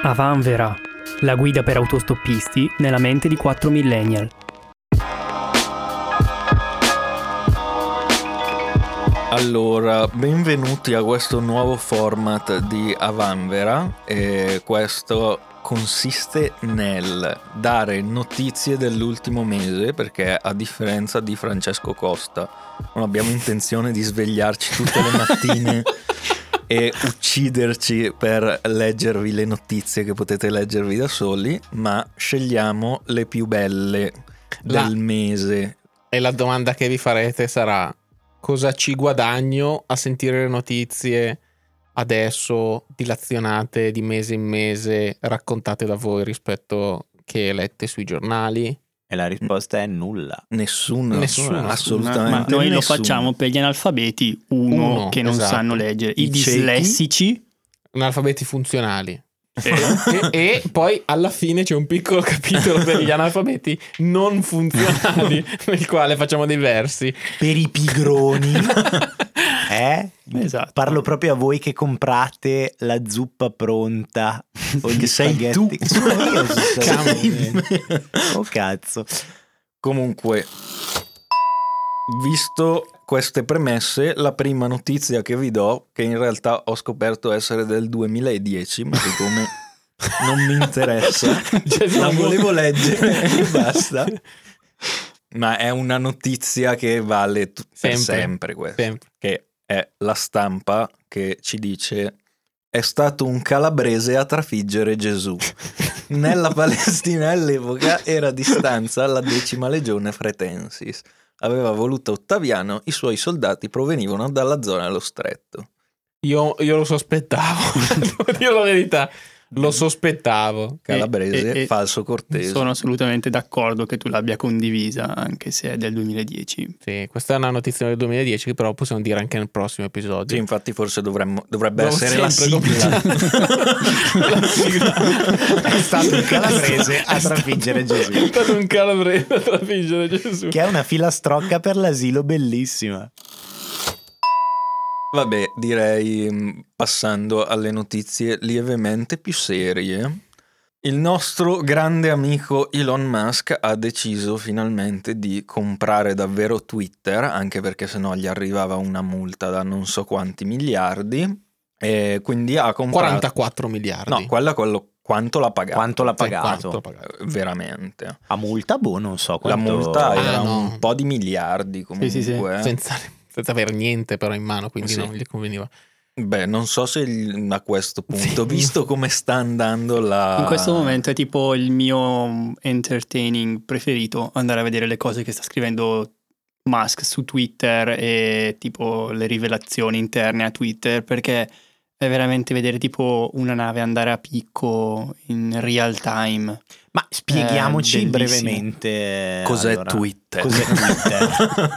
Avanvera, la guida per autostoppisti nella mente di 4 millennial. Allora, benvenuti a questo nuovo format di Avanvera. E questo consiste nel dare notizie dell'ultimo mese, perché a differenza di Francesco Costa non abbiamo intenzione di svegliarci tutte le mattine e ucciderci per leggervi le notizie che potete leggervi da soli, ma scegliamo le più belle del mese. E la domanda che vi farete sarà: cosa ci guadagno a sentire le notizie adesso dilazionate di mese in mese, raccontate da voi rispetto che lette sui giornali? E la risposta è nulla. Nessuno, assolutamente. Ma noi lo nessuno. facciamo per gli analfabeti, uno che non esatto. sanno leggere, i ciechi? dislessici Analfabeti funzionali. E poi alla fine c'è un piccolo capitolo per gli analfabeti non funzionali nel quale facciamo dei versi. Per i pigroni. Esatto. Parlo proprio a voi che comprate la zuppa pronta o gli Che sei spaghetti. tu. Sono io. Cavolo. Oh cazzo. Comunque, visto queste premesse, la prima notizia che vi do, che in realtà ho scoperto essere del 2010, ma siccome non mi interessa, la volevo leggere e basta. Ma è una notizia che vale per sempre questa, Sempre. che è La Stampa che ci dice: è stato un calabrese a trafiggere Gesù. Nella Palestina all'epoca era di stanza la 10ª legione Fretensis. Aveva voluto Ottaviano, i suoi soldati provenivano dalla zona dello stretto. Io lo sospettavo, devo dire la verità, lo sospettavo. Calabrese, E falso cortese. sono assolutamente d'accordo che tu l'abbia condivisa, anche se è del 2010. Sì, questa è una notizia del 2010 che però possiamo dire anche nel prossimo episodio. Sì, infatti forse dovrebbe Devo essere la sempre sigla. La sigla. È stato un calabrese a trafiggere Gesù. È stato un calabrese a trafiggere Gesù. Che è una filastrocca per l'asilo bellissima. Vabbè, direi, passando alle notizie lievemente più serie, il nostro grande amico Elon Musk ha deciso finalmente di comprare davvero Twitter, anche perché sennò gli arrivava una multa da non so quanti miliardi, e quindi ha comprato 44 miliardi. No, quanto l'ha pagato. Quanto l'ha Sì, pagato? quanto l'ha pagato. Veramente. A multa? Boh, non so La quanto. multa era no. un po' di miliardi comunque. Sì, sì, sì. Senza aver niente però in mano, quindi Sì. non gli conveniva. Beh, non so se a questo punto, visto come sta andando In questo momento è tipo il mio entertaining preferito, andare a vedere le cose che sta scrivendo Musk su Twitter e tipo le rivelazioni interne a Twitter, perché è veramente vedere tipo una nave andare a picco in real time. Ma spieghiamoci bellissimo. brevemente. Cos'è allora, Twitter? Cos'è Twitter?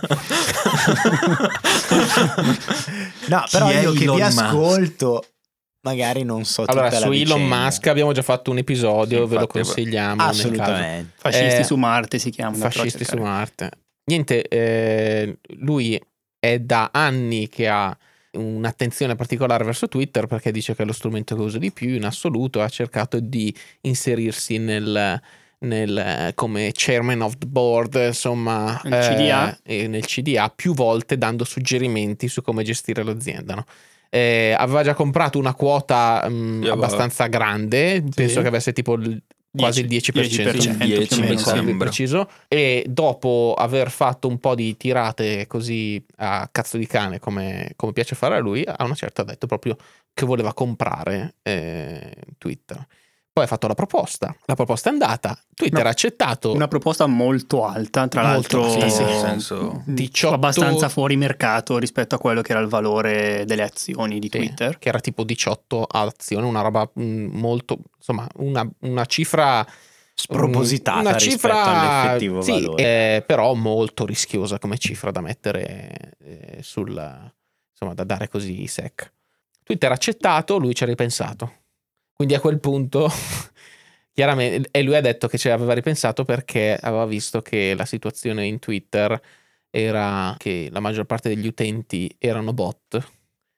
No, però Chi è io che Elon vi Musk? ascolto magari non so Allora, tutta la su Elon vicenda. Musk abbiamo già fatto un episodio, Sì, ve lo infatti, consigliamo. nel caso. Assolutamente. Fascisti su Marte si chiama. Fascisti su Marte. Niente, lui è da anni che ha un'attenzione particolare verso Twitter, perché dice che è lo strumento che usa di più in assoluto. Ha cercato di inserirsi nel come chairman of the board, insomma, Il CDA. e nel CDA, più volte dando suggerimenti su come gestire l'azienda, no? Aveva già comprato una quota abbastanza grande, penso che avesse tipo quasi il 10%, 10 mi non so sembra. preciso, e dopo aver fatto un po' di tirate così a cazzo di cane, come piace fare a lui, a una certa ha detto proprio che voleva comprare Twitter. Poi ha fatto la proposta è andata, Twitter ha accettato. Una proposta molto alta, tra Molto l'altro, alta, sì, nel senso 18 abbastanza fuori mercato rispetto a quello che era il valore delle azioni di Sì, Twitter. che era tipo 18 azioni, una roba molto, insomma, una cifra Spropositata una rispetto cifra, all'effettivo sì, valore. però molto rischiosa come cifra da mettere insomma, da dare così sec. Twitter ha accettato, lui ci ha ripensato. Quindi a quel punto, chiaramente, e lui ha detto che ci aveva ripensato perché aveva visto che la situazione in Twitter era che la maggior parte degli utenti erano bot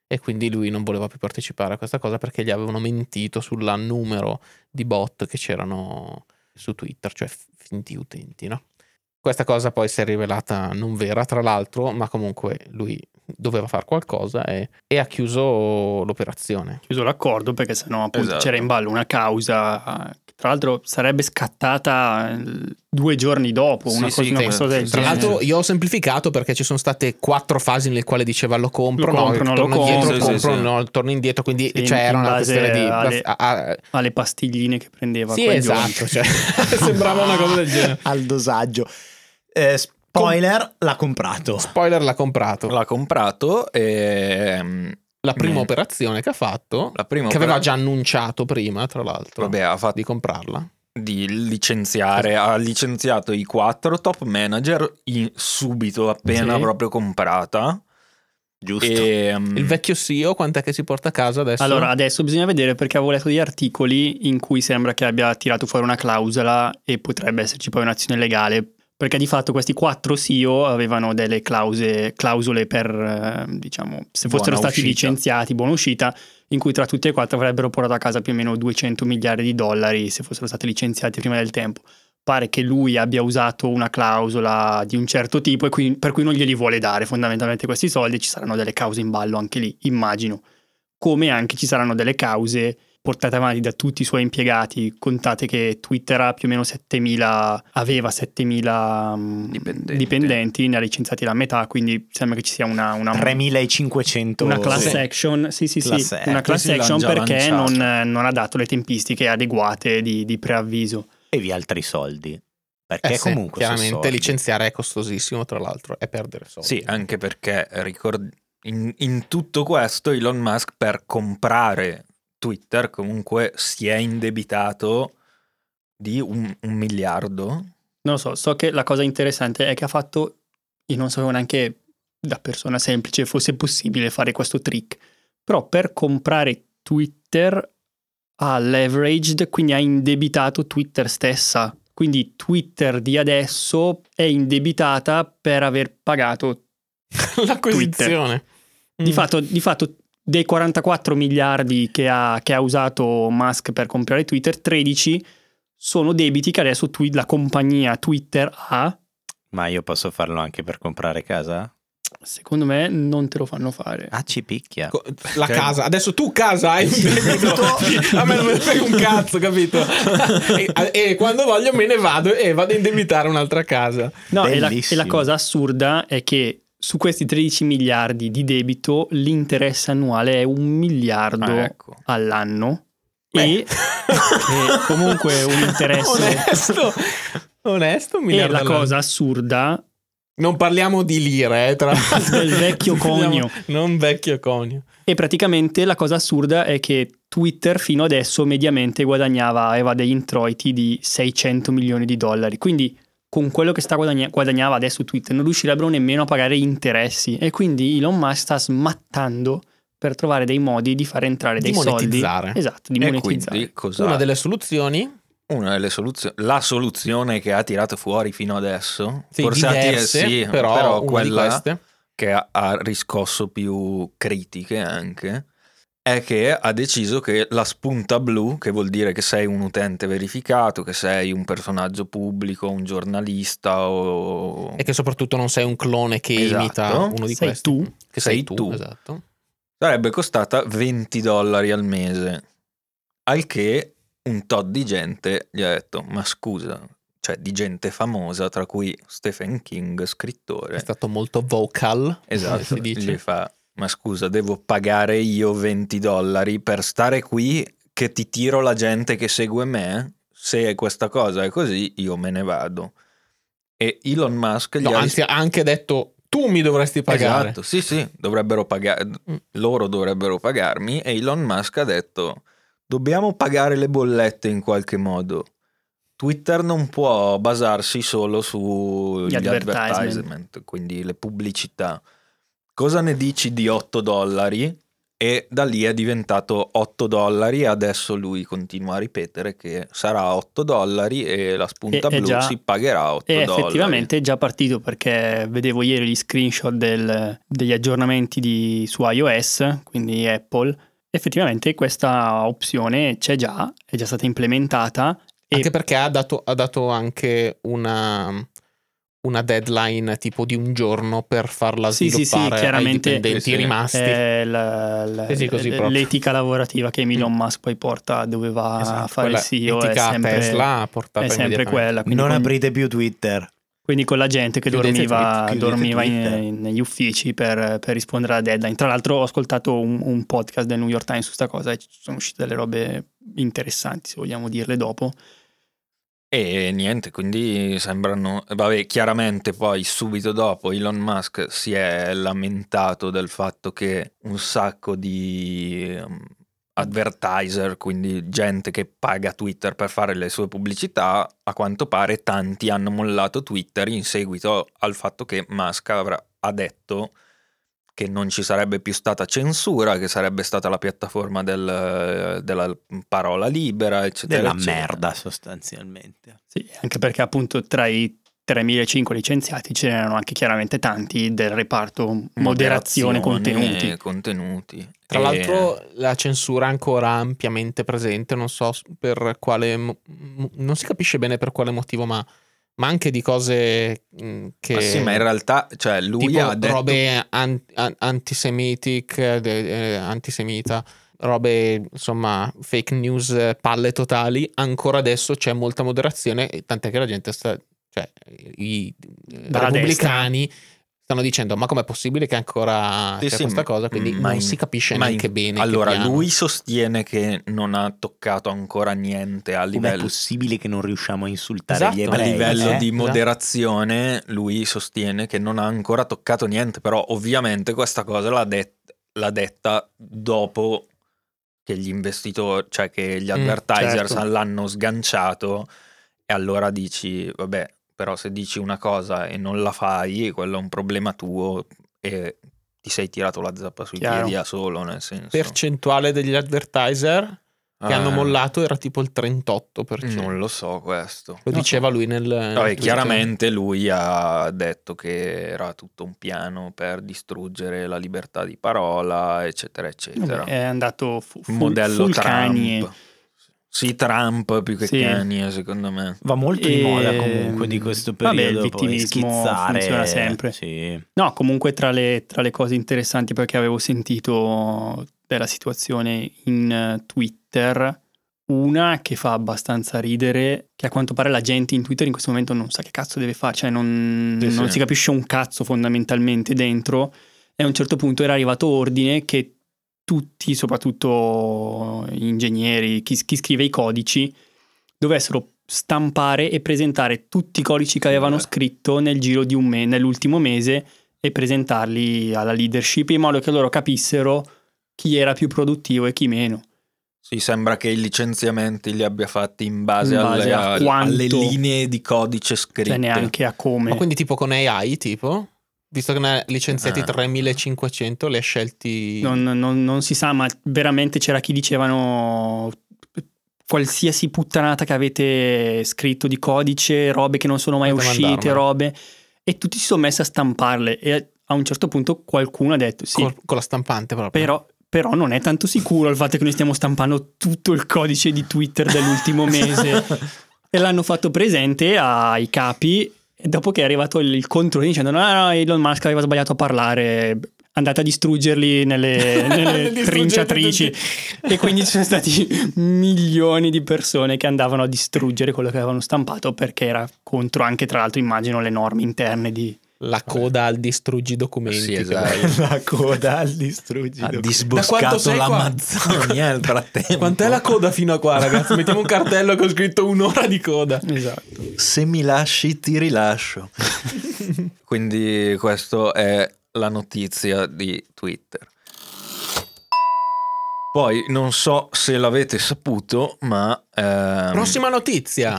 e quindi lui non voleva più partecipare a questa cosa perché gli avevano mentito sul numero di bot che c'erano su Twitter, cioè finti utenti, no? Questa cosa poi si è rivelata non vera, tra l'altro, ma comunque lui doveva fare qualcosa e ha chiuso l'operazione. Chiuso l'accordo perché sennò appunto Esatto. c'era in ballo una causa che tra l'altro sarebbe scattata 2 giorni dopo, Sì, una cosa, sì, una sì. cosa del Tra genere. l'altro io ho semplificato perché ci sono state 4 fasi nelle quali diceva lo compro, Lo compro, no, non torno lo indietro, compro, compro, sì. no, torno indietro, quindi Sì, cioè, era in una base questione di alle pastigline che prendeva sì, quel esatto, giorno. cioè, sembrava una cosa del genere. Al dosaggio. Spoiler, l'ha comprato. Spoiler, l'ha comprato. L'ha comprato e... La prima niente. operazione che ha fatto, La prima che aveva opera- già annunciato prima, tra l'altro, Vabbè, ha fatto di comprarla. di licenziare, ha licenziato i 4 top manager subito appena Sì. proprio comprata. Giusto. E, Il vecchio CEO quant'è che si porta a casa adesso? Allora, adesso bisogna vedere perché avevo letto degli articoli in cui sembra che abbia tirato fuori una clausola e potrebbe esserci poi un'azione legale, perché di fatto questi 4 CEO avevano delle clausole per, diciamo, se fossero Buona stati uscita. licenziati, buona uscita, in cui tra tutti e 4 avrebbero portato a casa più o meno 200 miliardi di dollari se fossero stati licenziati prima del tempo. Pare che lui abbia usato una clausola di un certo tipo e per cui non glieli vuole dare fondamentalmente questi soldi. Ci saranno delle cause in ballo anche lì, immagino, come anche ci saranno delle cause portate avanti da tutti i suoi impiegati. Contate che Twitter ha più o meno aveva 7.000 dipendenti, ne ha licenziati la metà, quindi sembra che ci sia una 3.500. una class Sì. action, sì, Class una action. class Sì, l'hanno action già perché lanciato. non ha dato le tempistiche adeguate di preavviso. E via altri soldi. Perché Sì, comunque sono chiaramente soldi. licenziare è costosissimo, tra l'altro, è perdere soldi. sì, anche perché in tutto questo Elon Musk per comprare Twitter comunque si è indebitato di un miliardo. Non lo so che la cosa interessante è che ha fatto, io non sapevo neanche da persona semplice fosse possibile fare questo trick, però per comprare Twitter ha leveraged, quindi ha indebitato Twitter stessa, quindi Twitter di adesso è indebitata per aver pagato L'acquisizione. di fatto dei 44 miliardi che ha usato Musk per comprare Twitter, 13 sono debiti che adesso la compagnia Twitter ha. Ma io posso farlo anche per comprare casa? Secondo me non te lo fanno fare. Ah, ci picchia. La casa, adesso tu casa hai un debito. A me non me ne frega un cazzo, capito? E quando voglio me ne vado e vado a indebitare un'altra casa. No, e la Bellissimo. cosa assurda è che su questi 13 miliardi di debito l'interesse annuale è 1 miliardo Ecco. all'anno e comunque un interesse Onesto, un e miliardo la all'anno. cosa assurda Non parliamo di lire, tra l'altro. del vecchio conio. Non vecchio conio. E praticamente la cosa assurda è che Twitter fino adesso mediamente aveva degli introiti di 600 milioni di dollari, quindi con quello che guadagnava adesso Twitter non riuscirebbero nemmeno a pagare gli interessi, e quindi Elon Musk sta smattando per trovare dei modi di fare entrare Di dei soldi. monetizzare. Esatto, di E monetizzare. quindi cosa? Una delle soluzioni, La soluzione che ha tirato fuori fino adesso, sì, forse diverse, però una di quella queste. che ha riscosso più critiche anche, è che ha deciso che la spunta blu, che vuol dire che sei un utente verificato, che sei un personaggio pubblico, un giornalista o... E che soprattutto non sei un clone che Esatto. imita uno di Sei questi. tu. Che Sei sei tu, tu. esatto. sarebbe costata $20 al mese, al che un tot di gente gli ha detto: ma scusa, cioè di gente famosa, tra cui Stephen King, scrittore, È stato molto vocal, esatto, si dice. gli fa: ma scusa, devo pagare io $20 per stare qui che ti tiro la gente che segue me? Se questa cosa è così, io me ne vado. E Elon Musk gli No, ha anzi, ha anche detto tu mi dovresti pagare. Esatto, sì, dovrebbero pagare, loro dovrebbero pagarmi. E Elon Musk ha detto: dobbiamo pagare le bollette in qualche modo. Twitter non può basarsi solo sugli advertisement, quindi le pubblicità. Cosa ne dici di $8 e da lì è diventato $8. Adesso lui continua a ripetere che sarà $8 e la spunta blu si pagherà $8. E effettivamente è già partito, perché vedevo ieri gli screenshot degli aggiornamenti su iOS, quindi Apple. Effettivamente questa opzione c'è già, è già stata implementata. Anche perché ha dato anche una deadline tipo di un giorno per farla sviluppare chiaramente, ai dipendenti rimasti. Così l'etica lavorativa che Elon Musk poi porta dove va a fare il CEO è Tesla è sempre quella. Non aprite più Twitter. Quindi con la gente che dormiva negli uffici per rispondere alla deadline. Tra l'altro ho ascoltato un podcast del New York Times su sta cosa e ci sono uscite delle robe interessanti, se vogliamo dirle dopo. E niente, quindi sembrano... Vabbè, chiaramente poi subito dopo Elon Musk si è lamentato del fatto che un sacco di advertiser, quindi gente che paga Twitter per fare le sue pubblicità, a quanto pare tanti hanno mollato Twitter in seguito al fatto che Musk ha detto che non ci sarebbe più stata censura, che sarebbe stata la piattaforma della parola libera, eccetera. Della eccetera. merda sostanzialmente. Sì, anche perché appunto tra i 3.500 licenziati ce n'erano anche chiaramente tanti del reparto moderazione contenuti. Tra l'altro la censura è ancora ampiamente presente, non so per quale non si capisce bene per quale motivo, ma anche di cose che... Ma sì, ma in realtà, cioè, lui tipo ha detto... robe antisemita, robe, insomma, fake news, palle totali. Ancora adesso c'è molta moderazione, tant'è che la gente i repubblicani stanno dicendo: ma com'è possibile che ancora c'è questa cosa? Quindi non si capisce neanche bene. Allora, lui sostiene che non ha toccato ancora niente a livello... Com'è possibile che non riusciamo a insultare gli ebrei? A livello di moderazione, lui sostiene che non ha ancora toccato niente, però ovviamente questa cosa l'ha detta dopo che gli investitori, cioè che gli advertisers l'hanno sganciato, e allora dici, vabbè, però se dici una cosa e non la fai, quello è un problema tuo e ti sei tirato la zappa sui piedi da solo, nel senso. Percentuale degli advertiser che hanno mollato era tipo il 38%. Non lo so questo. Lo diceva lui chiaramente lui ha detto che era tutto un piano per distruggere la libertà di parola, eccetera, eccetera. È andato modello full Trump. Kanye. Sì, Trump più che Kanye, secondo me. Va molto di moda comunque di questo periodo. Vabbè, il vittimismo funziona sempre. Sì. No, comunque tra le cose interessanti, perché avevo sentito della situazione in Twitter, una che fa abbastanza ridere, che a quanto pare la gente in Twitter in questo momento non sa che cazzo deve fare, cioè non si capisce un cazzo fondamentalmente dentro, e a un certo punto era arrivato ordine che tutti, soprattutto ingegneri, chi scrive i codici, dovessero stampare e presentare tutti i codici che avevano scritto nel giro di un mese, nell'ultimo mese, e presentarli alla leadership in modo che loro capissero chi era più produttivo e chi meno. Sì, sembra che i licenziamenti li abbia fatti in base alle linee di codice scritte. Cioè neanche a come. Ma quindi tipo con AI, tipo? Visto che ne ha licenziati 3.500, li ha scelti... Non si sa, ma veramente c'era chi dicevano qualsiasi puttanata che avete scritto di codice, robe che non sono mai uscite, robe, e tutti si sono messi a stamparle, e a un certo punto qualcuno ha detto sì, con la stampante proprio. Però non è tanto sicuro il fatto che noi stiamo stampando tutto il codice di Twitter dell'ultimo mese. E l'hanno fatto presente ai capi, e dopo che è arrivato il controllo dicendo no, Elon Musk aveva sbagliato a parlare, andate a distruggerli nelle trinciatrici. E quindi ci sono stati milioni di persone che andavano a distruggere quello che avevano stampato, perché era contro anche, tra l'altro, immagino, le norme interne di... La coda al distruggi documenti. Sì, esatto. La coda al distruggi documenti. Ha disboscato l'Amazzonia nel frattempo. Quant'è la coda fino a qua, ragazzi? Mettiamo un cartello che ho scritto 1 ora di coda. Esatto. Se mi lasci ti rilascio. Quindi questa è la notizia di Twitter. Poi non so se l'avete saputo, ma prossima notizia.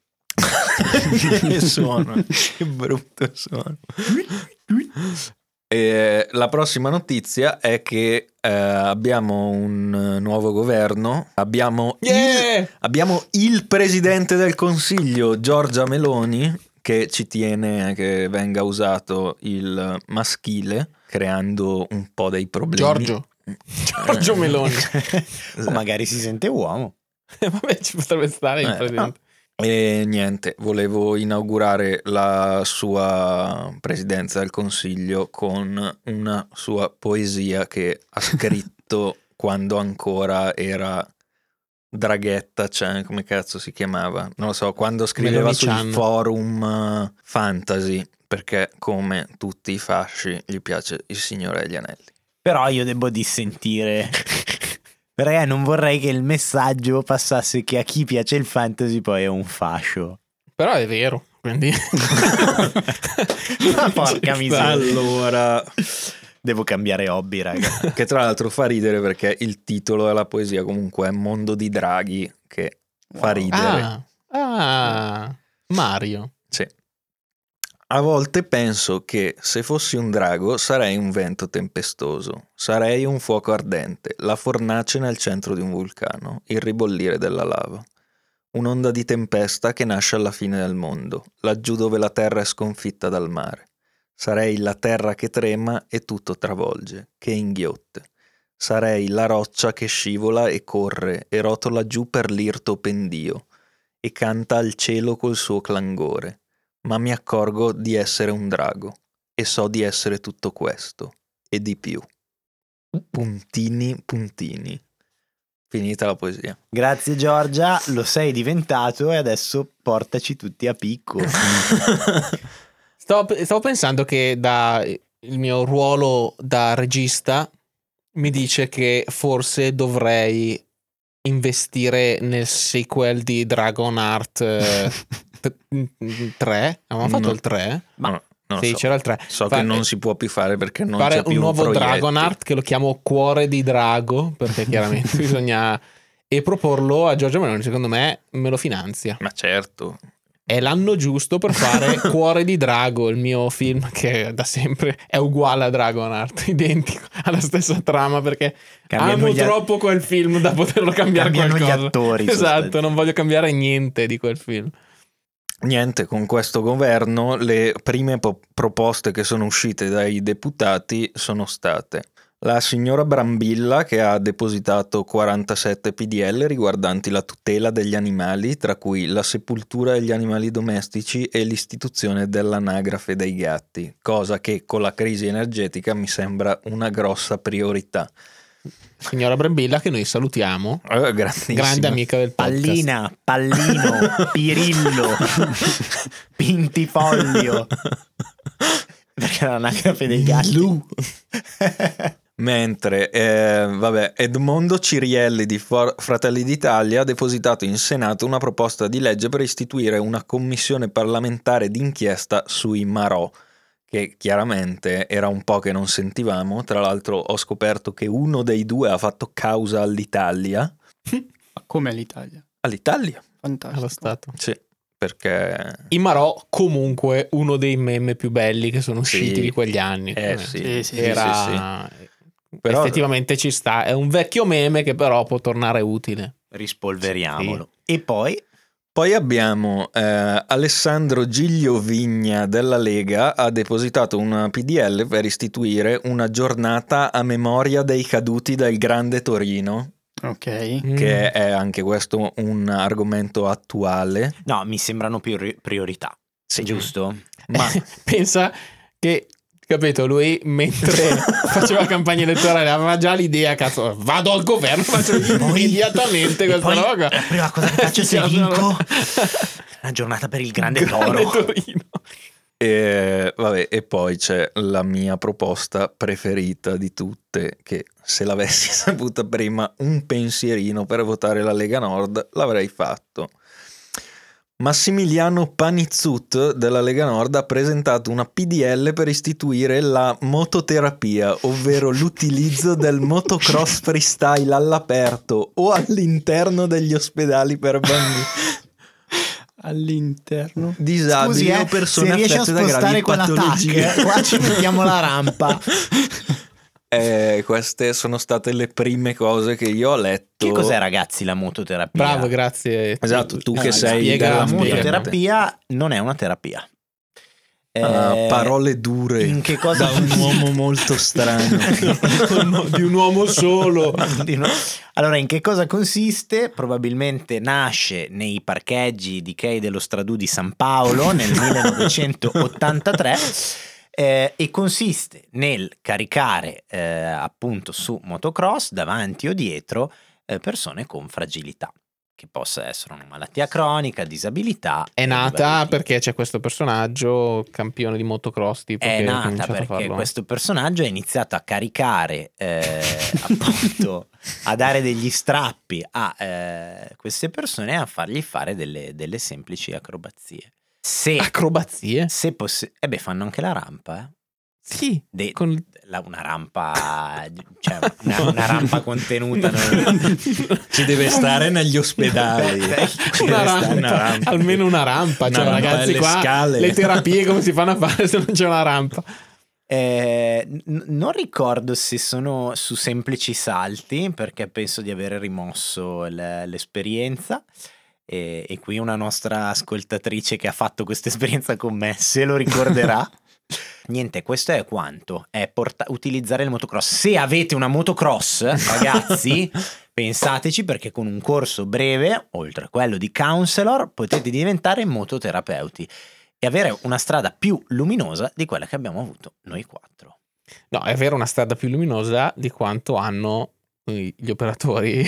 Che suono, che brutto suono. La prossima notizia è che abbiamo un nuovo governo, abbiamo il presidente del Consiglio Giorgia Meloni, che ci tiene che venga usato il maschile, creando un po' dei problemi. Giorgio Meloni. O magari si sente uomo. Vabbè, ci potrebbe stare il presidente. E niente, volevo inaugurare la sua presidenza del Consiglio con una sua poesia che ha scritto quando ancora era Draghetta, cioè come cazzo si chiamava? Non lo so, quando scriveva sui forum fantasy, perché come tutti i fasci gli piace Il Signore degli Anelli. Però io devo dissentire, perché non vorrei che il messaggio passasse che a chi piace il fantasy poi è un fascio. Però è vero, quindi Ma porca miseria. Allora, devo cambiare hobby, raga. che tra l'altro fa ridere perché il titolo della poesia comunque è Mondo di Draghi, che fa ridere. Mario. Sì. A volte penso che se fossi un drago sarei un vento tempestoso, sarei un fuoco ardente, la fornace nel centro di un vulcano, il ribollire della lava. Un'onda di tempesta che nasce alla fine del mondo, laggiù dove la terra è sconfitta dal mare. Sarei la terra che trema e tutto travolge, che inghiotte. Sarei la roccia che scivola e corre e rotola giù per l'irto pendio e canta al cielo col suo clangore. Ma mi accorgo di essere un drago e so di essere tutto questo e di più. Puntini, puntini. Finita la poesia. Grazie Giorgia, lo sei diventato e adesso portaci tutti a picco. Stavo pensando che il mio ruolo da regista mi dice che forse dovrei investire nel sequel di Dragonheart 3. Avevamo fatto il 3? Ma no, non sì, so. c'era il 3. Che non si può più fare perché non fare c'è più un nuovo proietti. Dragonheart che lo chiamo Cuore di Drago, perché chiaramente bisogna, e proporlo a Giorgio Meloni, secondo me me lo finanzia. Ma certo. È l'anno giusto per fare Cuore di Drago, il mio film che da sempre è uguale a Dragonheart, identico, ha la stessa trama, perché amo troppo quel film da poterlo cambiare qualcosa. Gli attori. Esatto, non voglio cambiare niente di quel film. Niente, con questo governo le prime proposte che sono uscite dai deputati sono state la signora Brambilla, che ha depositato 47 PDL riguardanti la tutela degli animali, tra cui la sepoltura degli animali domestici e l'istituzione dell'anagrafe dei gatti, cosa che con la crisi energetica mi sembra una grossa priorità. Signora Brambilla, che noi salutiamo, grande amica del podcast. Pallino, Pirillo, Pintifoglio, perché l'anagrafe dei gatti. Mentre Edmondo Cirielli di Fratelli d'Italia ha depositato in Senato una proposta di legge per istituire una commissione parlamentare d'inchiesta sui marò, che chiaramente era un po' che non sentivamo. Tra l'altro ho scoperto che uno dei due ha fatto causa all'Italia. Ma come all'Italia? All'Italia? Fantastico. Allo Stato. Sì, perché... I marò comunque uno dei meme più belli che sono usciti di quegli anni. Sì. Però effettivamente ci sta, è un vecchio meme che però può tornare utile. Rispolveriamolo. Sì. E poi abbiamo Alessandro Giglio Vigna della Lega ha depositato una PDL per istituire una giornata a memoria dei caduti del Grande Torino. Ok. Che è anche questo un argomento attuale. No, mi sembrano priorità. Sì. Giusto? Ma pensa che, capito, lui mentre faceva campagna elettorale aveva già l'idea, cazzo, vado al governo, faccio immediatamente questa roba. La prima cosa che faccio se vinco una giornata per il Grande Torino. E poi c'è la mia proposta preferita di tutte, che se l'avessi saputa prima un pensierino per votare la Lega Nord l'avrei fatto. Massimiliano Panizzut della Lega Nord ha presentato una PDL per istituire la mototerapia, ovvero l'utilizzo del motocross freestyle all'aperto o all'interno degli ospedali per bambini. all'interno. Disabili o se persone riesci a affette da spostare gravi quella patologie. TAC, qua ci mettiamo la rampa. Queste sono state le prime cose che io ho letto. Che cos'è, ragazzi, la mototerapia? Bravo, grazie. Esatto, tu che sei spiega, della La spiega. mototerapia non è una terapia. Parole dure In che cosa da un uomo molto strano. Di un uomo solo. Allora, in che cosa consiste? Probabilmente nasce nei parcheggi di Quai dello Stradù di San Paolo nel 1983 e consiste nel caricare appunto su motocross davanti o dietro persone con fragilità, che possa essere una malattia cronica, disabilità. È di vario nata tipo. perché c'è questo personaggio campione di motocross tipo È che ha nata cominciato a perché farlo. questo personaggio ha iniziato a caricare, appunto, a dare degli strappi a queste persone e a fargli fare delle semplici acrobazie. Acrobazie? Se fanno anche la rampa, Sì, una rampa, cioè una rampa contenuta. Ci deve stare negli ospedali. Ci deve stare una rampa. almeno una rampa. Una Cioè, rampa ragazzi, alle qua scale. le terapie come si fanno a fare se non c'è una rampa? Non ricordo se sono su semplici salti, perché penso di aver rimosso l'esperienza. E qui una nostra ascoltatrice che ha fatto questa esperienza con me se lo ricorderà. Niente, questo è quanto è utilizzare il motocross. Se avete una motocross, ragazzi, pensateci, perché con un corso breve, oltre a quello di counselor, potete diventare mototerapeuti e avere una strada più luminosa di quella che abbiamo avuto noi 4. No, è avere una strada più luminosa di quanto hanno gli operatori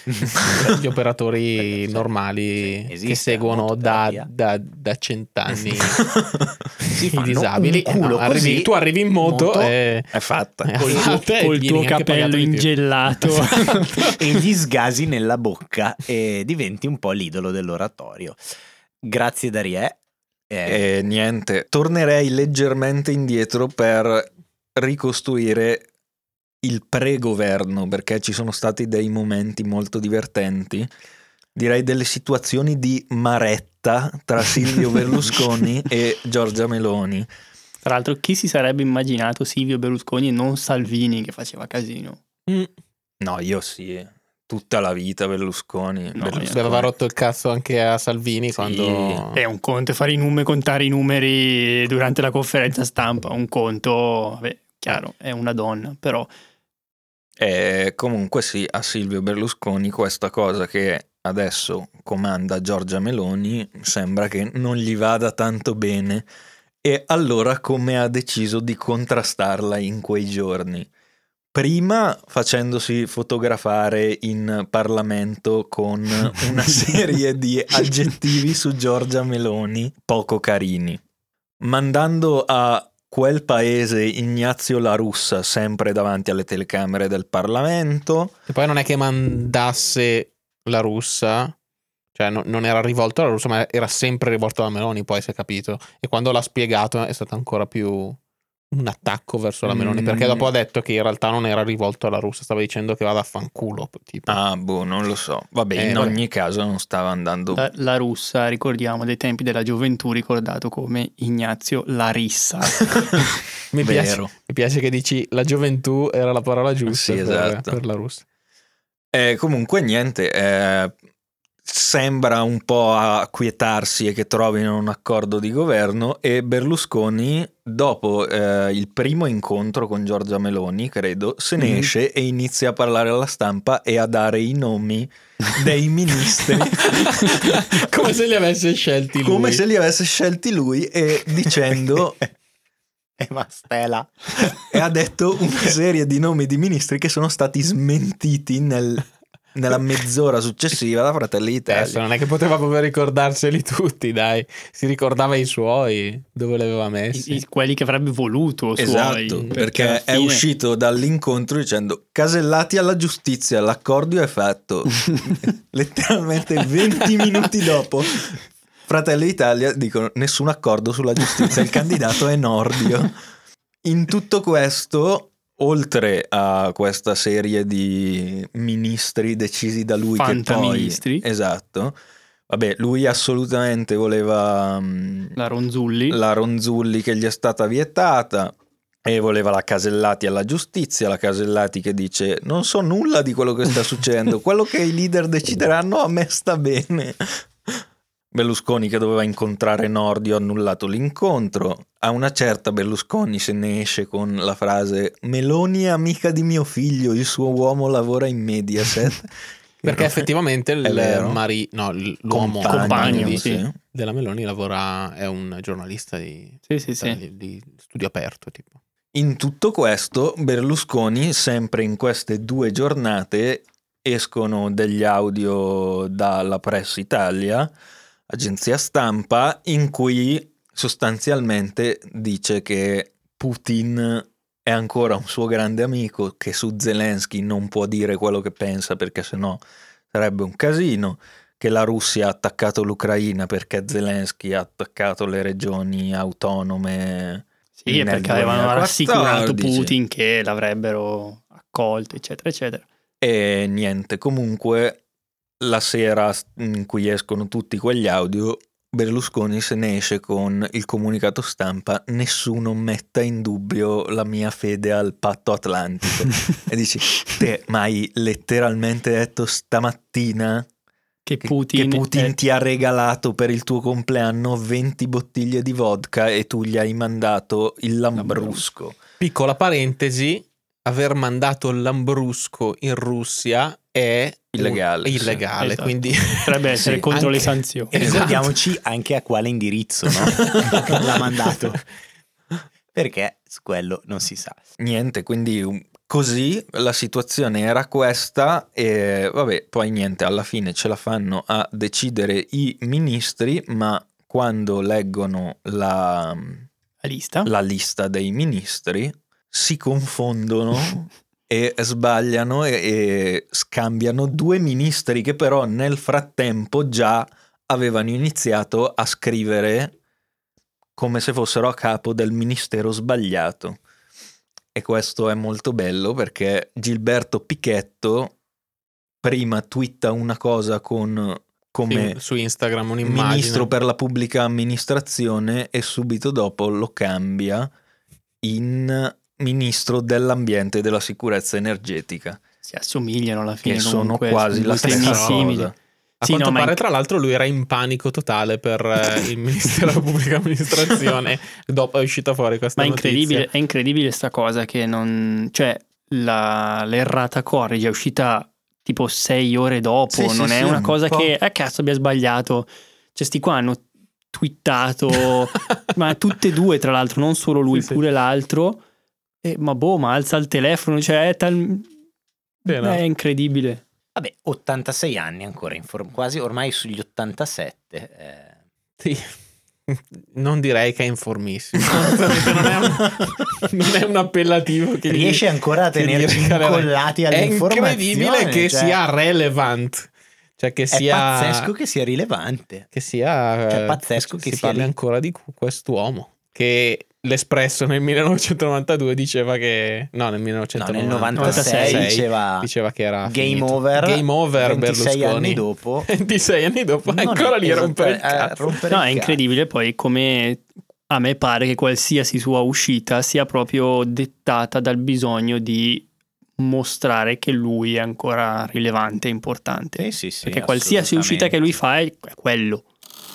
normali esiste che seguono la da 100 anni Si i fanno disabili. un culo così, Tu arrivi in moto e È fatta. Col tuo capello ingelato e gli sgasi nella bocca e diventi un po' l'idolo dell'oratorio. Grazie Darie. E niente, tornerei leggermente indietro per ricostruire il pre-governo, perché ci sono stati dei momenti molto divertenti, direi delle situazioni di maretta tra Silvio Berlusconi e Giorgia Meloni. Tra l'altro, chi si sarebbe immaginato Silvio Berlusconi e non Salvini che faceva casino? No, io sì, tutta la vita Berlusconi. No, aveva rotto il cazzo anche a Salvini Sì. quando È un conto fare i numeri, contare i numeri durante la conferenza stampa, un conto, vabbè, chiaro, è una donna, però Comunque sì, a Silvio Berlusconi questa cosa che adesso comanda Giorgia Meloni sembra che non gli vada tanto bene, e allora come ha deciso di contrastarla in quei giorni? Prima facendosi fotografare in Parlamento con una serie di aggettivi su Giorgia Meloni poco carini, mandando a quel paese Ignazio La Russa sempre davanti alle telecamere del Parlamento. e poi non è che mandasse la Russa, cioè non era rivolto alla Russa, ma era sempre rivolto alla Meloni, poi si è capito, e quando l'ha spiegato è stato ancora più un attacco verso la Meloni, perché dopo ha detto che in realtà non era rivolto alla Russa, stava dicendo che vada a fanculo tipo. Ah, boh, non lo so. Vabbè, ogni caso non stava andando. la Russa, ricordiamo, dei tempi della gioventù, ricordato come Ignazio Larissa. mi Vero. piace che dici la gioventù era la parola giusta Sì, esatto. per la Russia. Comunque niente, sembra un po' acquietarsi e che trovino un accordo di governo, e Berlusconi dopo il primo incontro con Giorgia Meloni, credo, se ne esce e inizia a parlare alla stampa e a dare i nomi dei ministri Come se li avesse scelti lui. come se li avesse scelti lui, e dicendo Mastela. e ha detto una serie di nomi di ministri che sono stati smentiti nella mezz'ora successiva da Fratelli d'Italia. Adesso non è che poteva proprio ricordarseli tutti, dai. Si ricordava i suoi, dove li aveva messi. Quelli che avrebbe voluto Esatto, suoi, perché alla è fine- uscito dall'incontro dicendo: casellati alla giustizia, l'accordo è fatto. Letteralmente 20 minuti dopo Fratelli d'Italia dicono: nessun accordo sulla giustizia, il candidato è Nordio. In tutto questo, oltre a questa serie di ministri decisi da lui, che poi Fantaministri. esatto, Vabbè, lui assolutamente voleva La Ronzulli che gli è stata vietata, e voleva la Casellati alla giustizia, la Casellati che dice non so nulla di quello che sta succedendo, quello che i leader decideranno a me sta bene. Berlusconi che doveva incontrare Nordio ha annullato l'incontro. A una certa Berlusconi se ne esce con la frase Meloni è amica di mio figlio, il suo uomo lavora in Mediaset. Perché effettivamente l'uomo compagno della Meloni è un giornalista di studio aperto tipo. In tutto questo Berlusconi, sempre in queste 2 giornate, escono degli audio dalla Press Italia, agenzia stampa, in cui sostanzialmente dice che Putin è ancora un suo grande amico, che su Zelensky non può dire quello che pensa perché sennò sarebbe un casino, che la Russia ha attaccato l'Ucraina perché Zelensky ha attaccato le regioni autonome. Sì, perché avevano rassicurato Putin che l'avrebbero accolto, eccetera, eccetera. E niente, comunque la sera in cui escono tutti quegli audio, Berlusconi se ne esce con il comunicato stampa: nessuno metta in dubbio la mia fede al patto atlantico. E dici, te ma hai letteralmente detto stamattina che Putin ti ha regalato per il tuo compleanno 20 bottiglie di vodka e tu gli hai mandato il Lambrusco. Piccola parentesi, aver mandato il Lambrusco in Russia è illegale, esatto. Quindi potrebbe essere contro le sanzioni. E ricordiamoci anche a quale indirizzo, no? L'ha mandato, perché su quello non si sa niente. Quindi così la situazione era questa, e vabbè, poi niente, alla fine ce la fanno a decidere i ministri, ma quando leggono la lista dei ministri si confondono e sbagliano e scambiano 2 ministri che però nel frattempo già avevano iniziato a scrivere come se fossero a capo del ministero sbagliato. E questo è molto bello perché Gilberto Pichetto prima twitta una cosa come su Instagram un'immagine, ministro per la pubblica amministrazione, e subito dopo lo cambia in ministro dell'ambiente e della sicurezza energetica. Si assomigliano alla fine, che sono quasi la stessa cosa. A quanto pare, tra l'altro, lui era in panico totale per il Ministero della Pubblica Amministrazione. Dopo è uscita fuori questa notizia. È incredibile sta cosa che non... Cioè, l'errata corrige è uscita tipo 6 ore dopo. Non è una cosa che... cazzo, abbia sbagliato. Cioè, sti qua hanno twittato, ma tutte e 2, tra l'altro, non solo lui, pure l'altro. Ma alza il telefono, cioè è incredibile. Vabbè, 86 anni ancora, quasi ormai sugli 87. Sì, non direi che è informissimo. non è un appellativo che riesce ancora a tenerci incollati alle informazioni. È incredibile che sia relevant. Cioè che sia... È pazzesco che sia rilevante. Che sia... Cioè, pazzesco che si sia parli ancora di quest'uomo. Che l'Espresso nel 1992 diceva che... No, nel 1996 diceva che era game over 26 Berlusconi. anni dopo 26 anni dopo ancora lì rompere il cazzo. È incredibile poi come a me pare che qualsiasi sua uscita sia proprio dettata dal bisogno di mostrare che lui è ancora rilevante e importante. Sì, perché qualsiasi uscita che lui fa è quello.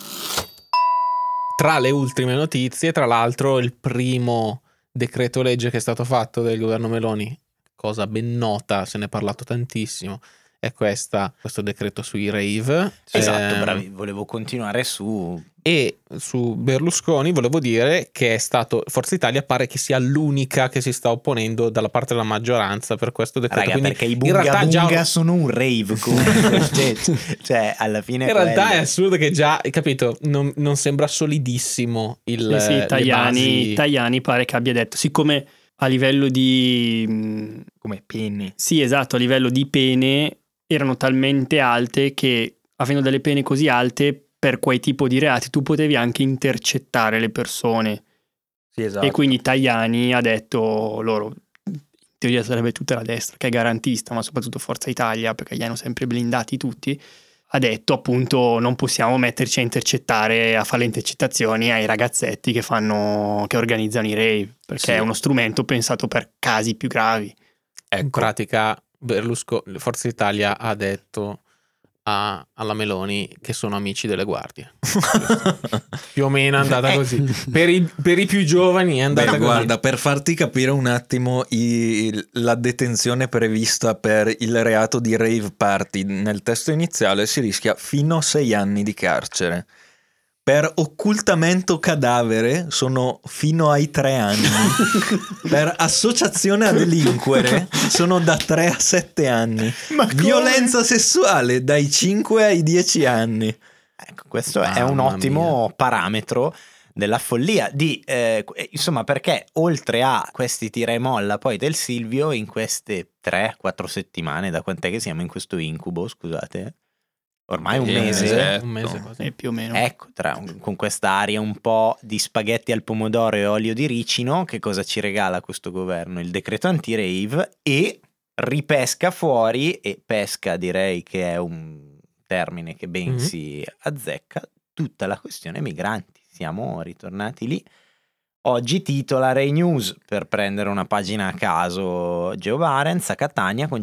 Tra le ultime notizie, tra l'altro, il primo decreto legge che è stato fatto del governo Meloni, cosa ben nota, se ne è parlato tantissimo, è questo decreto sui rave. Esatto, bravi, volevo continuare su... E su Berlusconi volevo dire che è stato... Forza Italia pare che sia l'unica che si sta opponendo dalla parte della maggioranza per questo decreto. Raga, perché i bunga bunga sono un rave cioè alla fine in realtà è assurdo che già, capito, non sembra solidissimo il Tajani pare che abbia detto, siccome a livello di come pene, sì, esatto, a livello di pene erano talmente alte che, avendo delle pene così alte, per quei tipo di reati tu potevi anche intercettare le persone. Sì, esatto. E quindi Tajani ha detto loro, in teoria sarebbe tutta la destra che è garantista, ma soprattutto Forza Italia, perché li hanno sempre blindati tutti, ha detto appunto non possiamo metterci a fare le intercettazioni ai ragazzetti che organizzano i rave, perché è uno strumento pensato per casi più gravi. In pratica Forza Italia ha detto alla Meloni che sono amici delle guardie. Più o meno è andata così. Per i più giovani è andata così. Guarda, per farti capire un attimo la detenzione prevista per il reato di rave party, nel testo iniziale si rischia fino a 6 anni di carcere. Per occultamento cadavere sono fino ai 3 anni. Per associazione a delinquere sono da 3 a 7 anni. Violenza sessuale dai 5 ai 10 anni. Ecco, questo è un ottimo parametro della follia insomma, perché oltre a questi tira e molla poi del Silvio, in queste 3-4 settimane, da quant'è che siamo in questo incubo, scusate? Ormai un mese, un mese quasi. Più o meno. Ecco, con questa aria un po' di spaghetti al pomodoro e olio di ricino, che cosa ci regala questo governo? Il decreto anti-rave, e ripesca fuori, e pesca direi che è un termine che ben si azzecca, tutta la questione migranti. Siamo ritornati lì. Oggi titola Rai News, per prendere una pagina a caso, Geo Barents a Catania con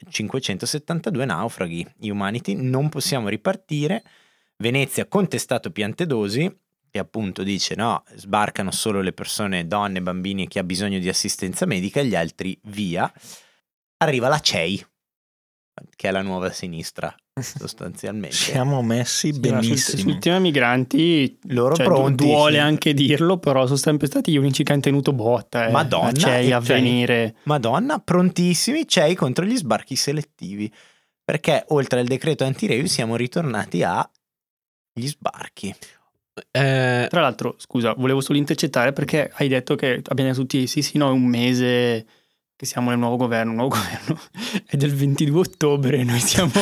572 naufraghi. Humanity, non possiamo ripartire. Venezia contestato Piantedosi, che appunto dice no, sbarcano solo le persone, donne, bambini e chi ha bisogno di assistenza medica, gli altri via. Arriva la CEI, che è la nuova sinistra sostanzialmente. Siamo messi benissimo. Sul tema migranti loro pronti, duole anche dirlo, però sono sempre stati gli unici che hanno tenuto botta. Madonna, CEI a venire. Madonna, prontissimi, CEI contro gli sbarchi selettivi, perché oltre al decreto anti-rave siamo ritornati agli sbarchi. Tra l'altro, scusa, volevo solo intercettare, perché hai detto che abbiamo tutti sì no, è un mese che siamo nel nuovo governo è del 22 ottobre, noi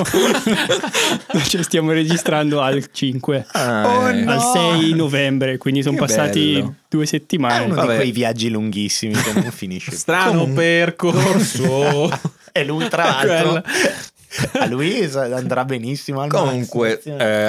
stiamo registrando al 5 al 6 novembre, quindi sono passati 2 settimane. È uno di quei viaggi lunghissimi che non finisce. Strano percorso. E lui tra l'altro a lui andrà benissimo al comunque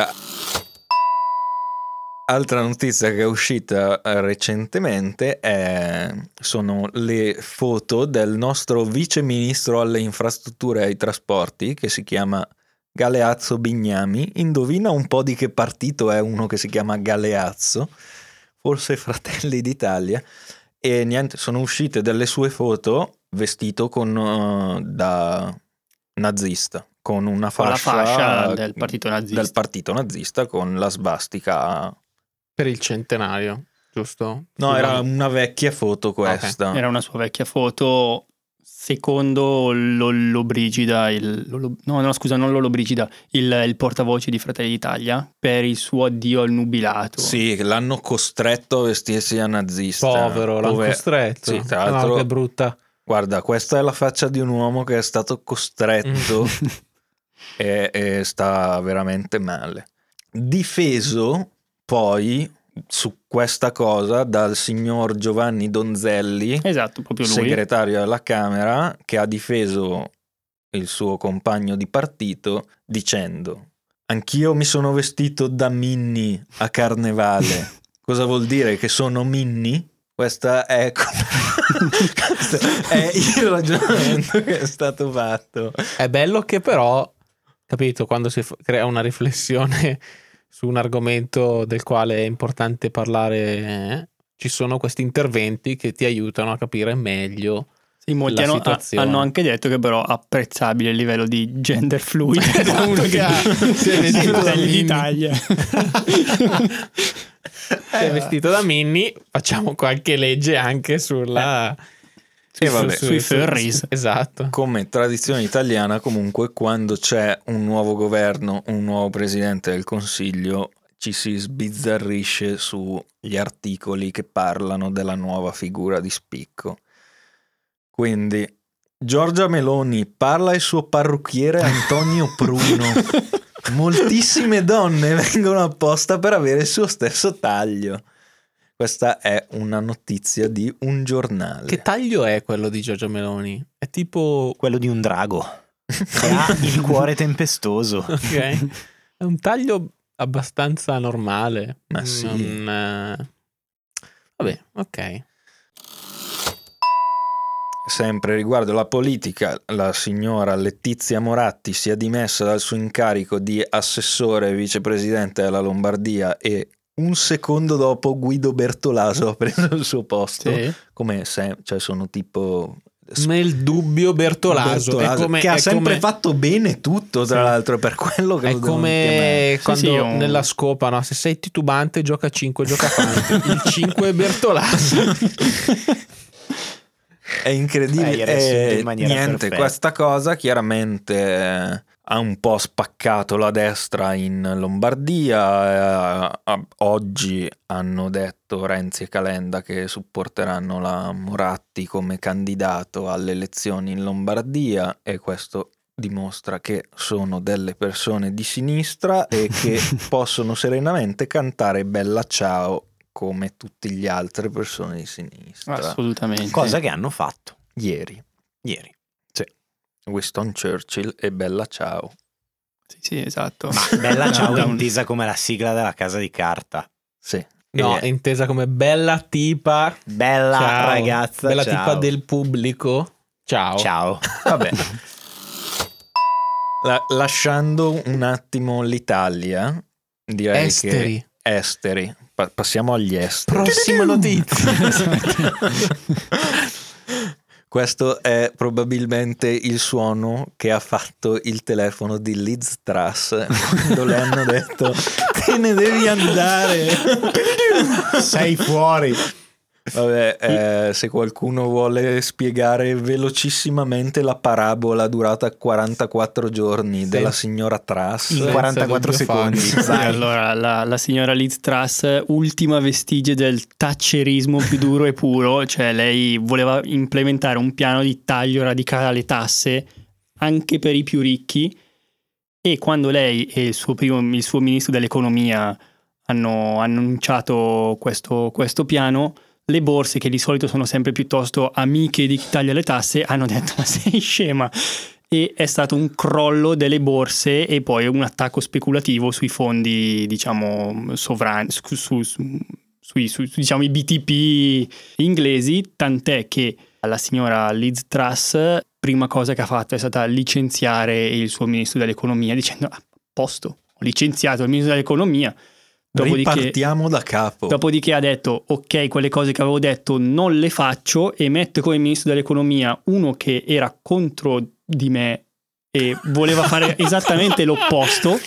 altra notizia che è uscita recentemente sono le foto del nostro vice ministro alle infrastrutture e ai trasporti, che si chiama Galeazzo Bignami. Indovina un po' di che partito è uno che si chiama Galeazzo, forse Fratelli d'Italia. E niente, sono uscite delle sue foto vestito da nazista, con una fascia, con la fascia del partito nazista con la svastica. Per il centenario, giusto? No, era una vecchia foto questa. Okay. Era una sua vecchia foto, secondo Lollobrigida, il portavoce di Fratelli d'Italia, per il suo addio al nubilato. Sì, l'hanno costretto a vestirsi da nazista. Povero, l'hanno costretto. Sì, tra l'altro, che brutta. Guarda, questa è la faccia di un uomo che è stato costretto e sta veramente male. Difeso poi su questa cosa dal signor Giovanni Donzelli, esatto, proprio lui, segretario della Camera, che ha difeso il suo compagno di partito dicendo: anch'io mi sono vestito da Minni a Carnevale. Cosa vuol dire? Che sono Minni? Questo è il ragionamento che è stato fatto. È bello che però, capito, quando si crea una riflessione su un argomento del quale è importante parlare, ci sono questi interventi che ti aiutano a capire meglio. Sì, molti hanno anche detto che però apprezzabile il livello di gender fluid che ha Fratelli d'Italia. È vestito da Minni, facciamo qualche legge anche sulla sui furries. Esatto. Come tradizione italiana, comunque, quando c'è un nuovo governo, un nuovo presidente del Consiglio, ci si sbizzarrisce sugli articoli che parlano della nuova figura di spicco. Quindi Giorgia Meloni parla il suo parrucchiere Antonio Pruno. Moltissime donne vengono apposta per avere il suo stesso taglio. Questa è una notizia di un giornale. Che taglio è quello di Giorgia Meloni? È tipo quello di un drago che ha il cuore tempestoso. Ok. È un taglio abbastanza normale. Ma sì. Vabbè, ok. Sempre riguardo la politica, la signora Letizia Moratti si è dimessa dal suo incarico di assessore e vicepresidente della Lombardia e un secondo dopo Guido Bertolaso ha preso il suo posto. Sì. Come se, cioè sono tipo... Nel dubbio Bertolaso, che ha sempre fatto bene tutto, tra l'altro, per quello che è lo devono come chiamare. quando nella scopa, no? Se sei titubante gioca 5, gioca avanti. Il 5 è Bertolaso. È incredibile. In maniera Niente, perfetta. questa cosa chiaramente ha un po' spaccato la destra in Lombardia. Oggi hanno detto Renzi e Calenda che supporteranno la Moratti come candidato alle elezioni in Lombardia, e questo dimostra che sono delle persone di sinistra e che possono serenamente cantare Bella Ciao come tutte le altre persone di sinistra. Assolutamente. Cosa che hanno fatto Ieri sì, Winston Churchill e Bella Ciao. Sì, esatto. Ma Bella Ciao è Da un- intesa come la sigla della Casa di Carta. Sì. No, è intesa come bella tipa. Bella Ciao. ragazza, Bella ciao. tipa del pubblico. Ciao. Ciao. Vabbè. Lasciando un attimo l'Italia, direi Esteri. che esteri. Passiamo agli esteri. Prossima notizia. Questo è probabilmente il suono che ha fatto il telefono di Liz Truss quando le hanno detto te ne devi andare. Sei fuori. Vabbè, se qualcuno vuole spiegare velocissimamente la parabola durata 44 giorni della signora Truss, In 44 dubbio secondi. farlo. Sì, allora, la signora Liz Truss, ultima vestige del thatcherismo più duro e puro, cioè lei voleva implementare un piano di taglio radicale alle tasse anche per i più ricchi, e quando lei e il suo ministro dell'economia hanno annunciato questo piano, le borse, che di solito sono sempre piuttosto amiche di chi taglia le tasse, hanno detto ma sei scema, e è stato un crollo delle borse e poi un attacco speculativo sui fondi, diciamo, sovrani, diciamo i BTP inglesi, tant'è che la signora Liz Truss, prima cosa che ha fatto è stata licenziare il suo ministro dell'economia, dicendo a posto, ho licenziato il ministro dell'economia. ripartiamo da capo. Dopodiché ha detto ok, quelle cose che avevo detto non le faccio, e mette come ministro dell'economia uno che era contro di me e voleva fare esattamente l'opposto,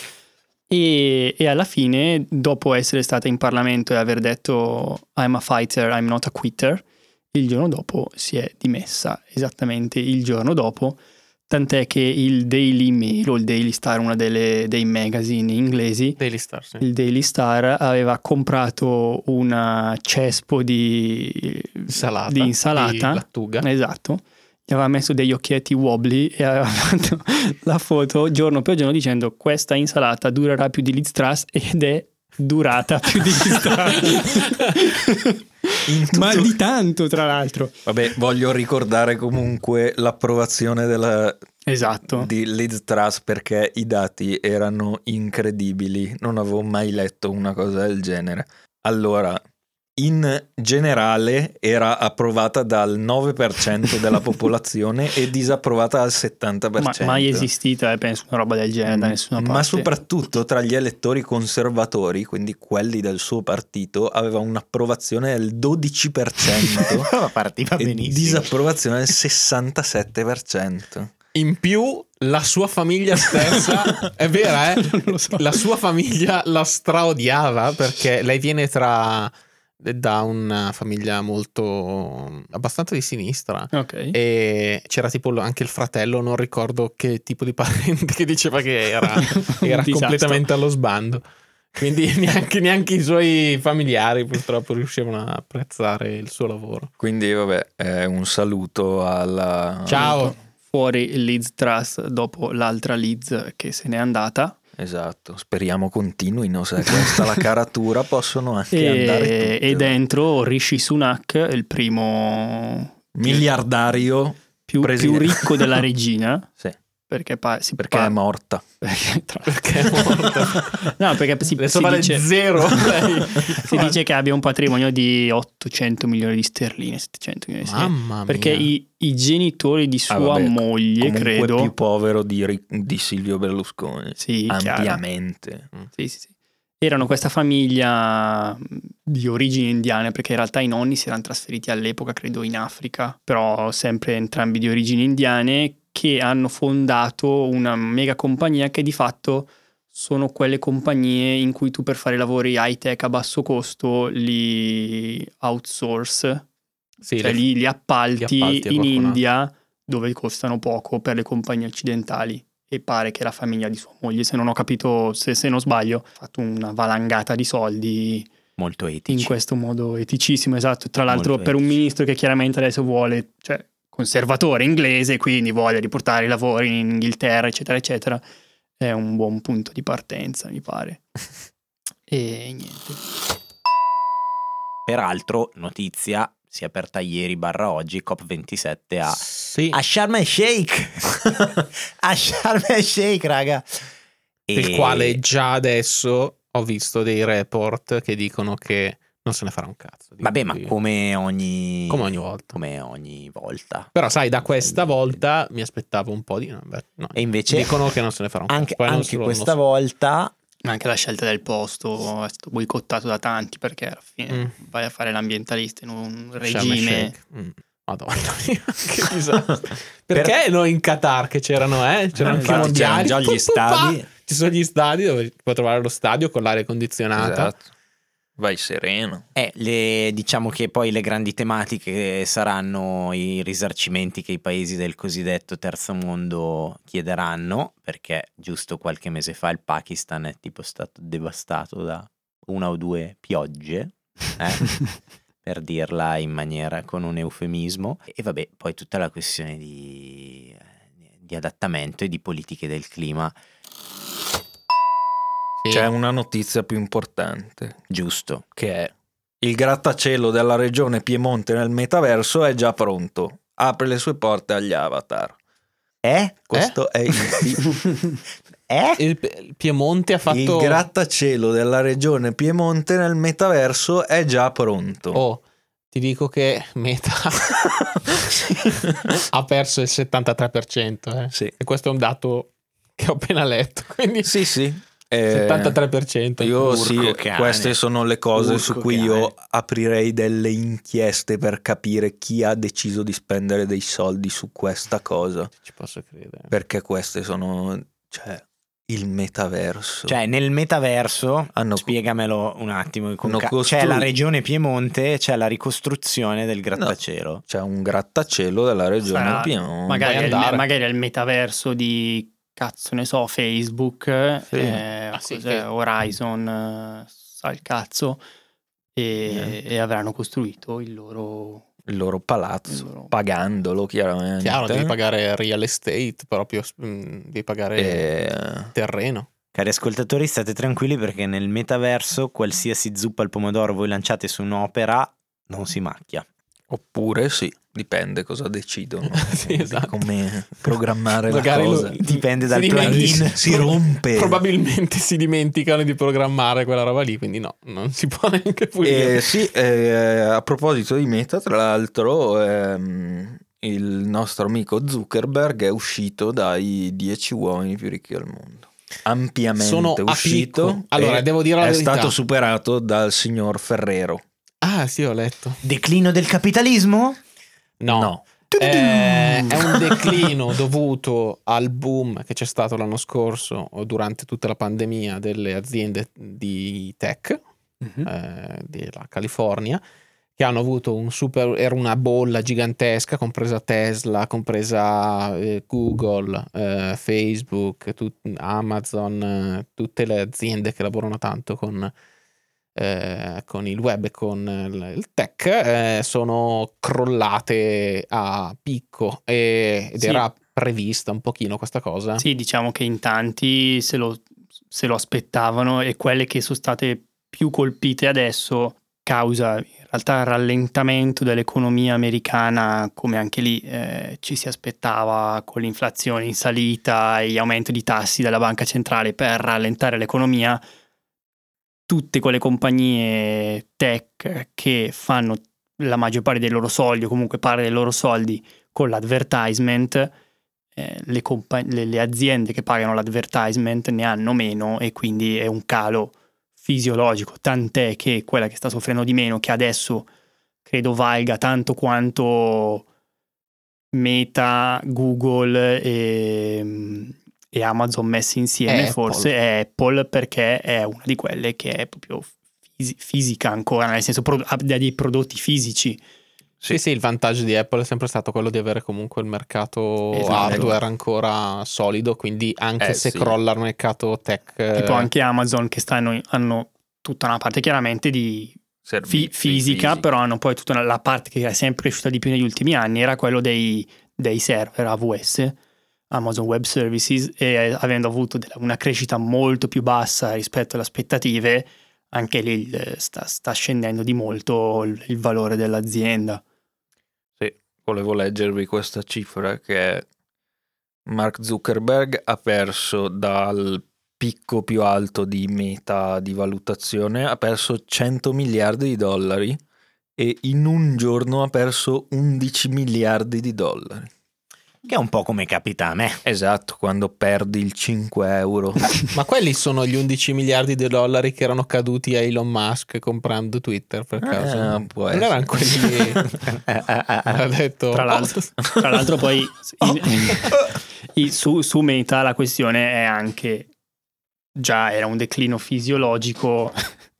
e alla fine, dopo essere stata in Parlamento e aver detto I'm a fighter, I'm not a quitter, il giorno dopo si è dimessa, esattamente il giorno dopo. Tant'è che il Daily Mail o il Daily Star, una dei magazine inglesi, Daily Star, sì. il Daily Star aveva comprato una cespo di insalata, di lattuga. esatto, gli aveva messo degli occhietti wobbly e aveva fatto la foto giorno per giorno dicendo questa insalata durerà più di Liz Truss, ed è durata più di Liz Truss. Ma di tanto, tra l'altro. Vabbè, voglio ricordare comunque l'approvazione Esatto. di Liz Truss, perché i dati erano incredibili, non avevo mai letto una cosa del genere. Allora, in generale era approvata dal 9% della popolazione e disapprovata al 70%. Mai esistita, penso, una roba del genere da nessuna parte. Ma soprattutto tra gli elettori conservatori, quindi quelli del suo partito, aveva un'approvazione del 12% Partiva e benissimo. disapprovazione del 67%. In più, la sua famiglia stessa, è vera, Non lo so. la sua famiglia la straodiava perché lei viene da una famiglia molto abbastanza di sinistra, Ok. e c'era tipo anche il fratello, non ricordo che tipo di parente, che diceva che era disastro. completamente allo sbando, quindi neanche i suoi familiari purtroppo riuscivano a apprezzare il suo lavoro. Quindi vabbè, un saluto alla... Ciao. Fuori Liz Truss dopo l'altra Liz che se n'è andata. Esatto, speriamo continuino, se è questa la caratura possono anche andare tutte. E dentro Rishi Sunak, il primo miliardario più ricco della regina, sì. perché Perché è morta. Perché è morta. No, perché si vale dice zero. si dice che abbia un patrimonio di 800 milioni di sterline, 700 milioni di sterline. Mamma mia. Perché i genitori di sua vabbè, moglie, comunque credo, più povero di Silvio Berlusconi. sì, Ampiamente. sì. Erano questa famiglia di origini indiane, perché in realtà i nonni si erano trasferiti all'epoca, credo, in Africa, però sempre entrambi di origini indiane, che hanno fondato una mega compagnia che di fatto sono quelle compagnie in cui tu per fare lavori high tech a basso costo li outsource, Sì, cioè li appalti a in qualcun India, dove costano poco per le compagnie occidentali. E pare che la famiglia di sua moglie, se non ho capito, se non sbaglio, ha fatto una valangata di soldi Molto etici. in questo modo eticissimo, esatto. Tra l'altro Molto per un etici. ministro che chiaramente adesso vuole, cioè conservatore inglese, quindi vuole riportare i lavori in Inghilterra, eccetera, eccetera, è un buon punto di partenza, mi pare. E niente. Peraltro, notizia, si è aperta ieri /oggi, COP27 Sì. a Sharm el Sheikh. A Sharm el Sheikh, raga. Il quale già adesso ho visto dei report che dicono che non se ne farà un cazzo. Vabbè, ma come ogni volta. Come ogni volta. Però sai, da questa volta mi aspettavo un po' di... No. E invece dicono che non se ne farà un cazzo. Poi anche questa volta... Anche la scelta del posto è stato boicottato da tanti, perché alla fine vai a fare l'ambientalista in un regime. Madonna mia, che disastro. Perché noi in Qatar che c'erano, c'erano anche i infatti mondiali, c'erano già gli stadi. Ci sono gli stadi dove puoi trovare lo stadio con l'aria condizionata. Esatto. Vai sereno. Diciamo che poi le grandi tematiche saranno i risarcimenti che i paesi del cosiddetto terzo mondo chiederanno, perché giusto qualche mese fa il Pakistan è tipo stato devastato da una o due piogge, per dirla in maniera con un eufemismo. E vabbè, poi tutta la questione di adattamento e di politiche del clima. Sì. C'è una notizia più importante, Giusto. che è: il grattacielo della regione Piemonte nel metaverso è già pronto. Apre le sue porte agli avatar. Questo è il Il Piemonte ha fatto... Il grattacielo della regione Piemonte nel metaverso è già pronto. Oh, ti dico che Meta ha perso il 73%. Sì. E questo è un dato che ho appena letto. Quindi Sì. 73%. Io sì, cane. queste sono le cose su Urco cui cane. io aprirei delle inchieste per capire chi ha deciso di spendere dei soldi su questa cosa. Ci posso credere. Perché queste sono, cioè, il metaverso. Cioè, nel metaverso, Hanno- spiegamelo un attimo. hanno C'è costruito- la regione Piemonte, c'è la ricostruzione del grattacielo. C'è un grattacielo della regione Sarà Piemonte. magari andare. è il metaverso di, cazzo ne so, Facebook, sì, cos'è, che- Horizon, sa il cazzo, e avranno costruito il loro palazzo, pagandolo chiaramente. Chiaro, devi pagare real estate, proprio devi pagare terreno. Cari ascoltatori, state tranquilli perché nel metaverso qualsiasi zuppa al pomodoro voi lanciate su un'opera non si macchia. Oppure sì, dipende cosa decidono. Sì, esatto. Come programmare Magari la cosa. Dipende dal si plugin. dimentica- Si rompe. Probabilmente si dimenticano di programmare quella roba lì, quindi no, non si può neanche pulire. A proposito di Meta, tra l'altro, il nostro amico Zuckerberg è uscito dai 10 uomini più ricchi al mondo. Ampiamente Sono a uscito. picco. Allora, e devo dire la è verità. stato superato dal signor Ferrero. Ah, sì, ho letto. Declino del capitalismo? No. È un declino dovuto al boom che c'è stato l'anno scorso o durante tutta la pandemia delle aziende di tech della California, che hanno avuto era una bolla gigantesca, compresa Tesla, compresa Google, Facebook, Amazon, tutte le aziende che lavorano tanto con il web e con il tech, sono crollate a picco ed Sì. era prevista un pochino questa cosa. Sì, diciamo che in tanti se lo aspettavano, e quelle che sono state più colpite adesso causa in realtà il rallentamento dell'economia americana, come anche lì ci si aspettava con l'inflazione in salita e gli aumenti di tassi della banca centrale per rallentare l'economia. Tutte quelle compagnie tech che fanno la maggior parte dei loro soldi, o comunque parte dei loro soldi con l'advertisement, le aziende che pagano l'advertisement ne hanno meno, e quindi è un calo fisiologico, tant'è che quella che sta soffrendo di meno, che adesso credo valga tanto quanto Meta, Google e Amazon messi insieme, forse è Apple, perché è una di quelle che è proprio fisica ancora, nel senso ha dei prodotti fisici. Sì, il vantaggio di Apple è sempre stato quello di avere comunque il mercato hardware ancora solido, quindi anche se crolla il mercato tech... Tipo anche Amazon, che hanno tutta una parte chiaramente di fisica, però hanno poi tutta la parte che è sempre cresciuta di più negli ultimi anni, era quello dei server AWS, Amazon Web Services, e avendo avuto una crescita molto più bassa rispetto alle aspettative, anche lì sta scendendo di molto il valore dell'azienda. Sì, volevo leggervi questa cifra che Mark Zuckerberg ha perso dal picco più alto di Meta di valutazione, ha perso 100 miliardi di dollari e in un giorno ha perso 11 miliardi di dollari. Che è un po' come capita a me. Esatto, quando perdi il 5 euro. Ma quelli sono gli 11 miliardi di dollari che erano caduti a Elon Musk comprando Twitter, per caso? Può non erano quelli ha detto. Tra l'altro poi su Meta la questione è anche era un declino fisiologico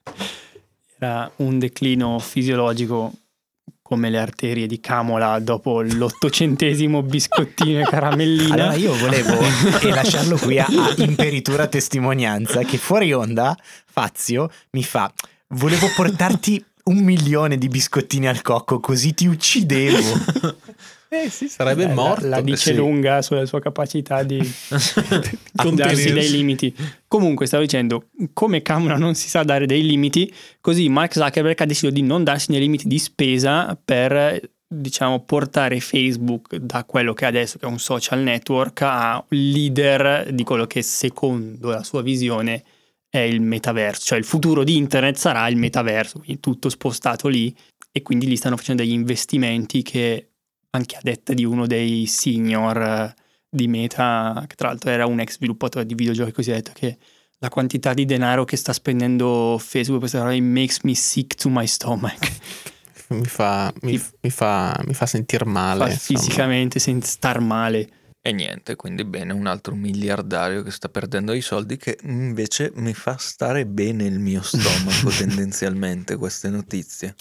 come le arterie di Camola dopo l'800° biscottino e caramellina. Allora io volevo lasciarlo qui a imperitura testimonianza che fuori onda Fazio mi fa: volevo portarti 1 milione di biscottini al cocco così ti uccidevo. Sì, sarebbe morto. La dice lunga sulla sua capacità di darsi dei limiti. Comunque stavo dicendo, come Camola non si sa dare dei limiti, così Mark Zuckerberg ha deciso di non darsi dei limiti di spesa per, diciamo, portare Facebook da quello che adesso, che è un social network, a leader di quello che secondo la sua visione è il metaverso, cioè il futuro di internet sarà il metaverso, quindi tutto spostato lì, e quindi gli stanno facendo degli investimenti che, anche a detta di uno dei senior di Meta, che tra l'altro era un ex sviluppatore di videogiochi, così ha detto che la quantità di denaro che sta spendendo Facebook per questa roba makes me sick to my stomach. Mi fa sentir male. Fa fisicamente star male. E niente, quindi bene, un altro miliardario che sta perdendo i soldi, che invece mi fa stare bene il mio stomaco tendenzialmente queste notizie.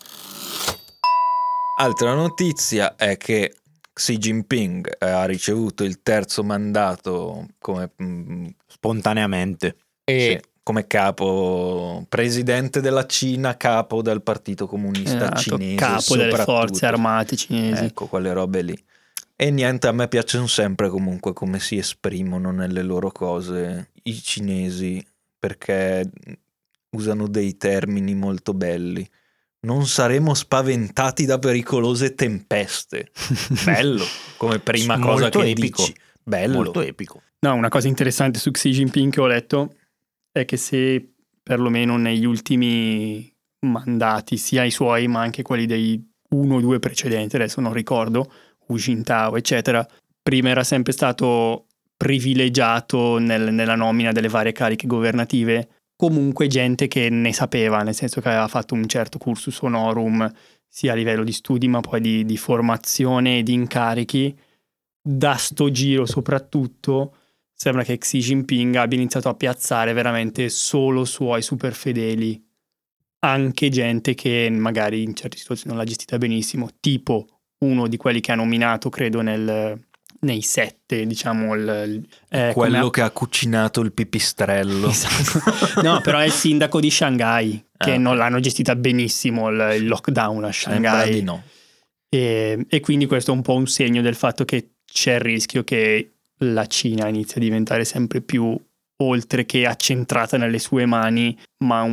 Altra notizia è che Xi Jinping ha ricevuto il 3° mandato come spontaneamente come capo presidente della Cina, capo del Partito Comunista Cinese, capo delle forze armate cinesi. Ecco, quelle robe lì. E niente, a me piacciono sempre comunque come si esprimono nelle loro cose i cinesi, perché usano dei termini molto belli. Non saremo spaventati da pericolose tempeste. Bello, come prima cosa che epico. dici. Bello. Molto epico. No, una cosa interessante su Xi Jinping che ho letto è che se perlomeno negli ultimi mandati, sia i suoi ma anche quelli dei 1 o 2 precedenti, adesso non ricordo, Hu Jintao eccetera, prima era sempre stato privilegiato nella nomina delle varie cariche governative comunque gente che ne sapeva, nel senso che aveva fatto un certo cursus honorum sia a livello di studi ma poi di formazione e di incarichi. Da sto giro soprattutto sembra che Xi Jinping abbia iniziato a piazzare veramente solo suoi super fedeli, anche gente che magari in certe situazioni non l'ha gestita benissimo, tipo uno di quelli che ha nominato credo nei 7, diciamo quello che ha cucinato il pipistrello. Esatto. No, però è il sindaco di Shanghai che non l'hanno gestita benissimo il lockdown a Shanghai. Di no. E quindi questo è un po' un segno del fatto che c'è il rischio che la Cina inizi a diventare sempre più, oltre che accentrata nelle sue mani, ma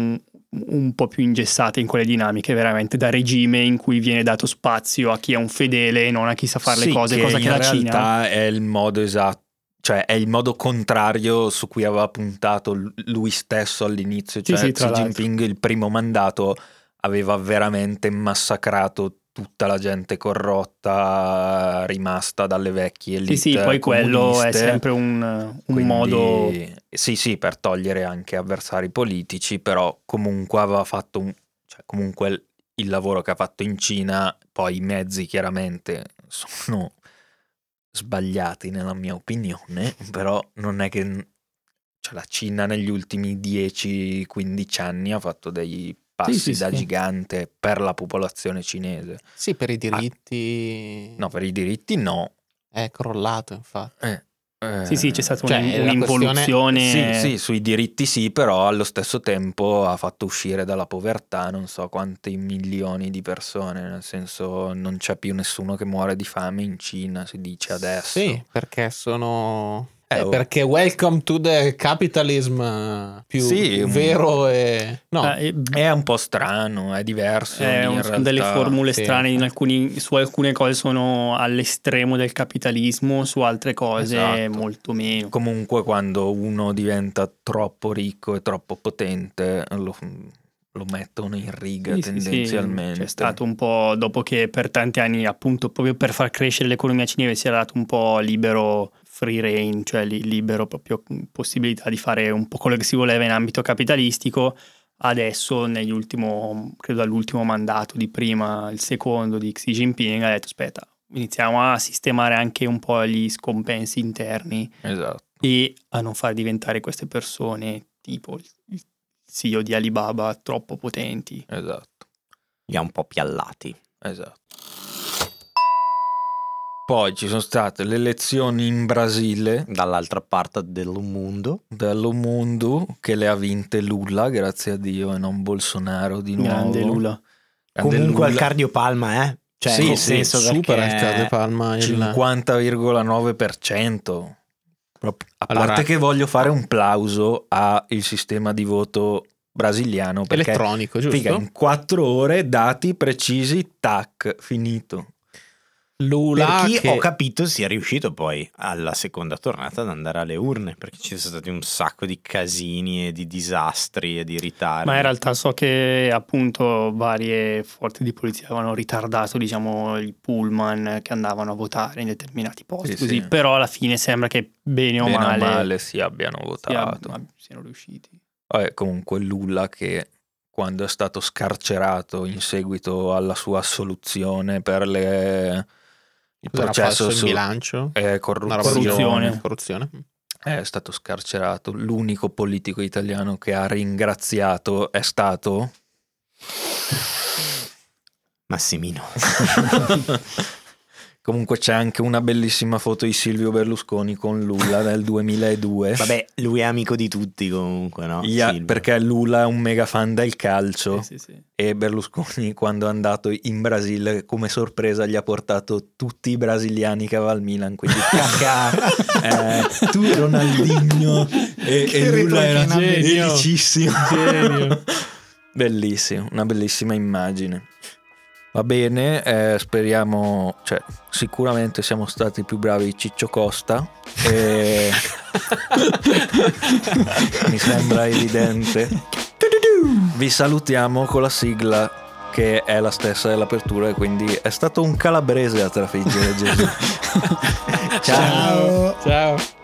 un po' più ingessate in quelle dinamiche veramente da regime, in cui viene dato spazio a chi è un fedele e non a chi sa fare le cose, cosa che la Cina in realtà è il modo esatto, cioè è il modo contrario su cui aveva puntato lui stesso all'inizio, cioè Sì, Xi Jinping il primo mandato aveva veramente massacrato tutta la gente corrotta rimasta dalle vecchie elite sì, poi quello comuniste. è sempre un modo... Sì, per togliere anche avversari politici, però comunque aveva fatto cioè comunque il lavoro che ha fatto in Cina, poi i mezzi chiaramente sono sbagliati nella mia opinione, però non è che cioè, la Cina negli ultimi 10-15 anni ha fatto dei passi da gigante per la popolazione cinese. Sì, per i diritti... No, per i diritti no. È crollato, infatti. Sì, c'è stata cioè, un'involuzione. Sì, sui diritti sì, però allo stesso tempo ha fatto uscire dalla povertà non so quanti milioni di persone, nel senso non c'è più nessuno che muore di fame in Cina, si dice adesso. Sì, perché sono... perché welcome to the capitalism più vero e... No, è un po' strano, è diverso. Sono delle formule strane, su alcune cose sono all'estremo del capitalismo, su altre cose molto meno. Comunque quando uno diventa troppo ricco e troppo potente lo mettono in riga tendenzialmente. C'è stato un po', dopo che per tanti anni appunto proprio per far crescere l'economia cinese si era dato un po' libero free reign, cioè libero proprio possibilità di fare un po' quello che si voleva in ambito capitalistico. Adesso credo dall'ultimo mandato di prima, il secondo di Xi Jinping, ha detto aspetta, iniziamo a sistemare anche un po' gli scompensi interni e a non far diventare queste persone tipo il CEO di Alibaba troppo potenti. Li ha un po' piallati. Poi ci sono state le elezioni in Brasile. Dall'altra parte del mondo. Che le ha vinte Lula, grazie a Dio, e non Bolsonaro di nuovo. Grande Lula. Comunque al cardiopalma, Cioè, nel senso super perché... al cardiopalma. 50,9%. A parte che voglio fare un plauso al sistema di voto brasiliano. Perché elettronico, giusto? Figa, in 4 ore, dati precisi, tac, finito. Lula, per chi ho capito sia riuscito poi alla seconda tornata ad andare alle urne, perché ci sono stati un sacco di casini e di disastri e di ritardi. Ma in realtà so che appunto varie forze di polizia avevano ritardato, diciamo, i pullman che andavano a votare in determinati posti, così. Però alla fine sembra che bene o male si abbiano votato, siano riusciti. Comunque Lula, che quando è stato scarcerato in seguito alla sua assoluzione per il processo sul bilancio, corruzione, è stato scarcerato. L'unico politico italiano che ha ringraziato è stato Massimino. Comunque c'è anche una bellissima foto di Silvio Berlusconi con Lula nel 2002. Vabbè, lui è amico di tutti comunque, no? Perché Lula è un mega fan del calcio. Sì. E Berlusconi, quando è andato in Brasile, come sorpresa gli ha portato tutti i brasiliani che aveva al Milan, quindi tu Ronaldinho e Lula era felicissimo. Bellissimo, una bellissima immagine. Va bene, speriamo, cioè sicuramente siamo stati più bravi di Ciccio Costa e mi sembra evidente. Vi salutiamo con la sigla che è la stessa dell'apertura e quindi è stato un calabrese a trafiggere Gesù. Ciao.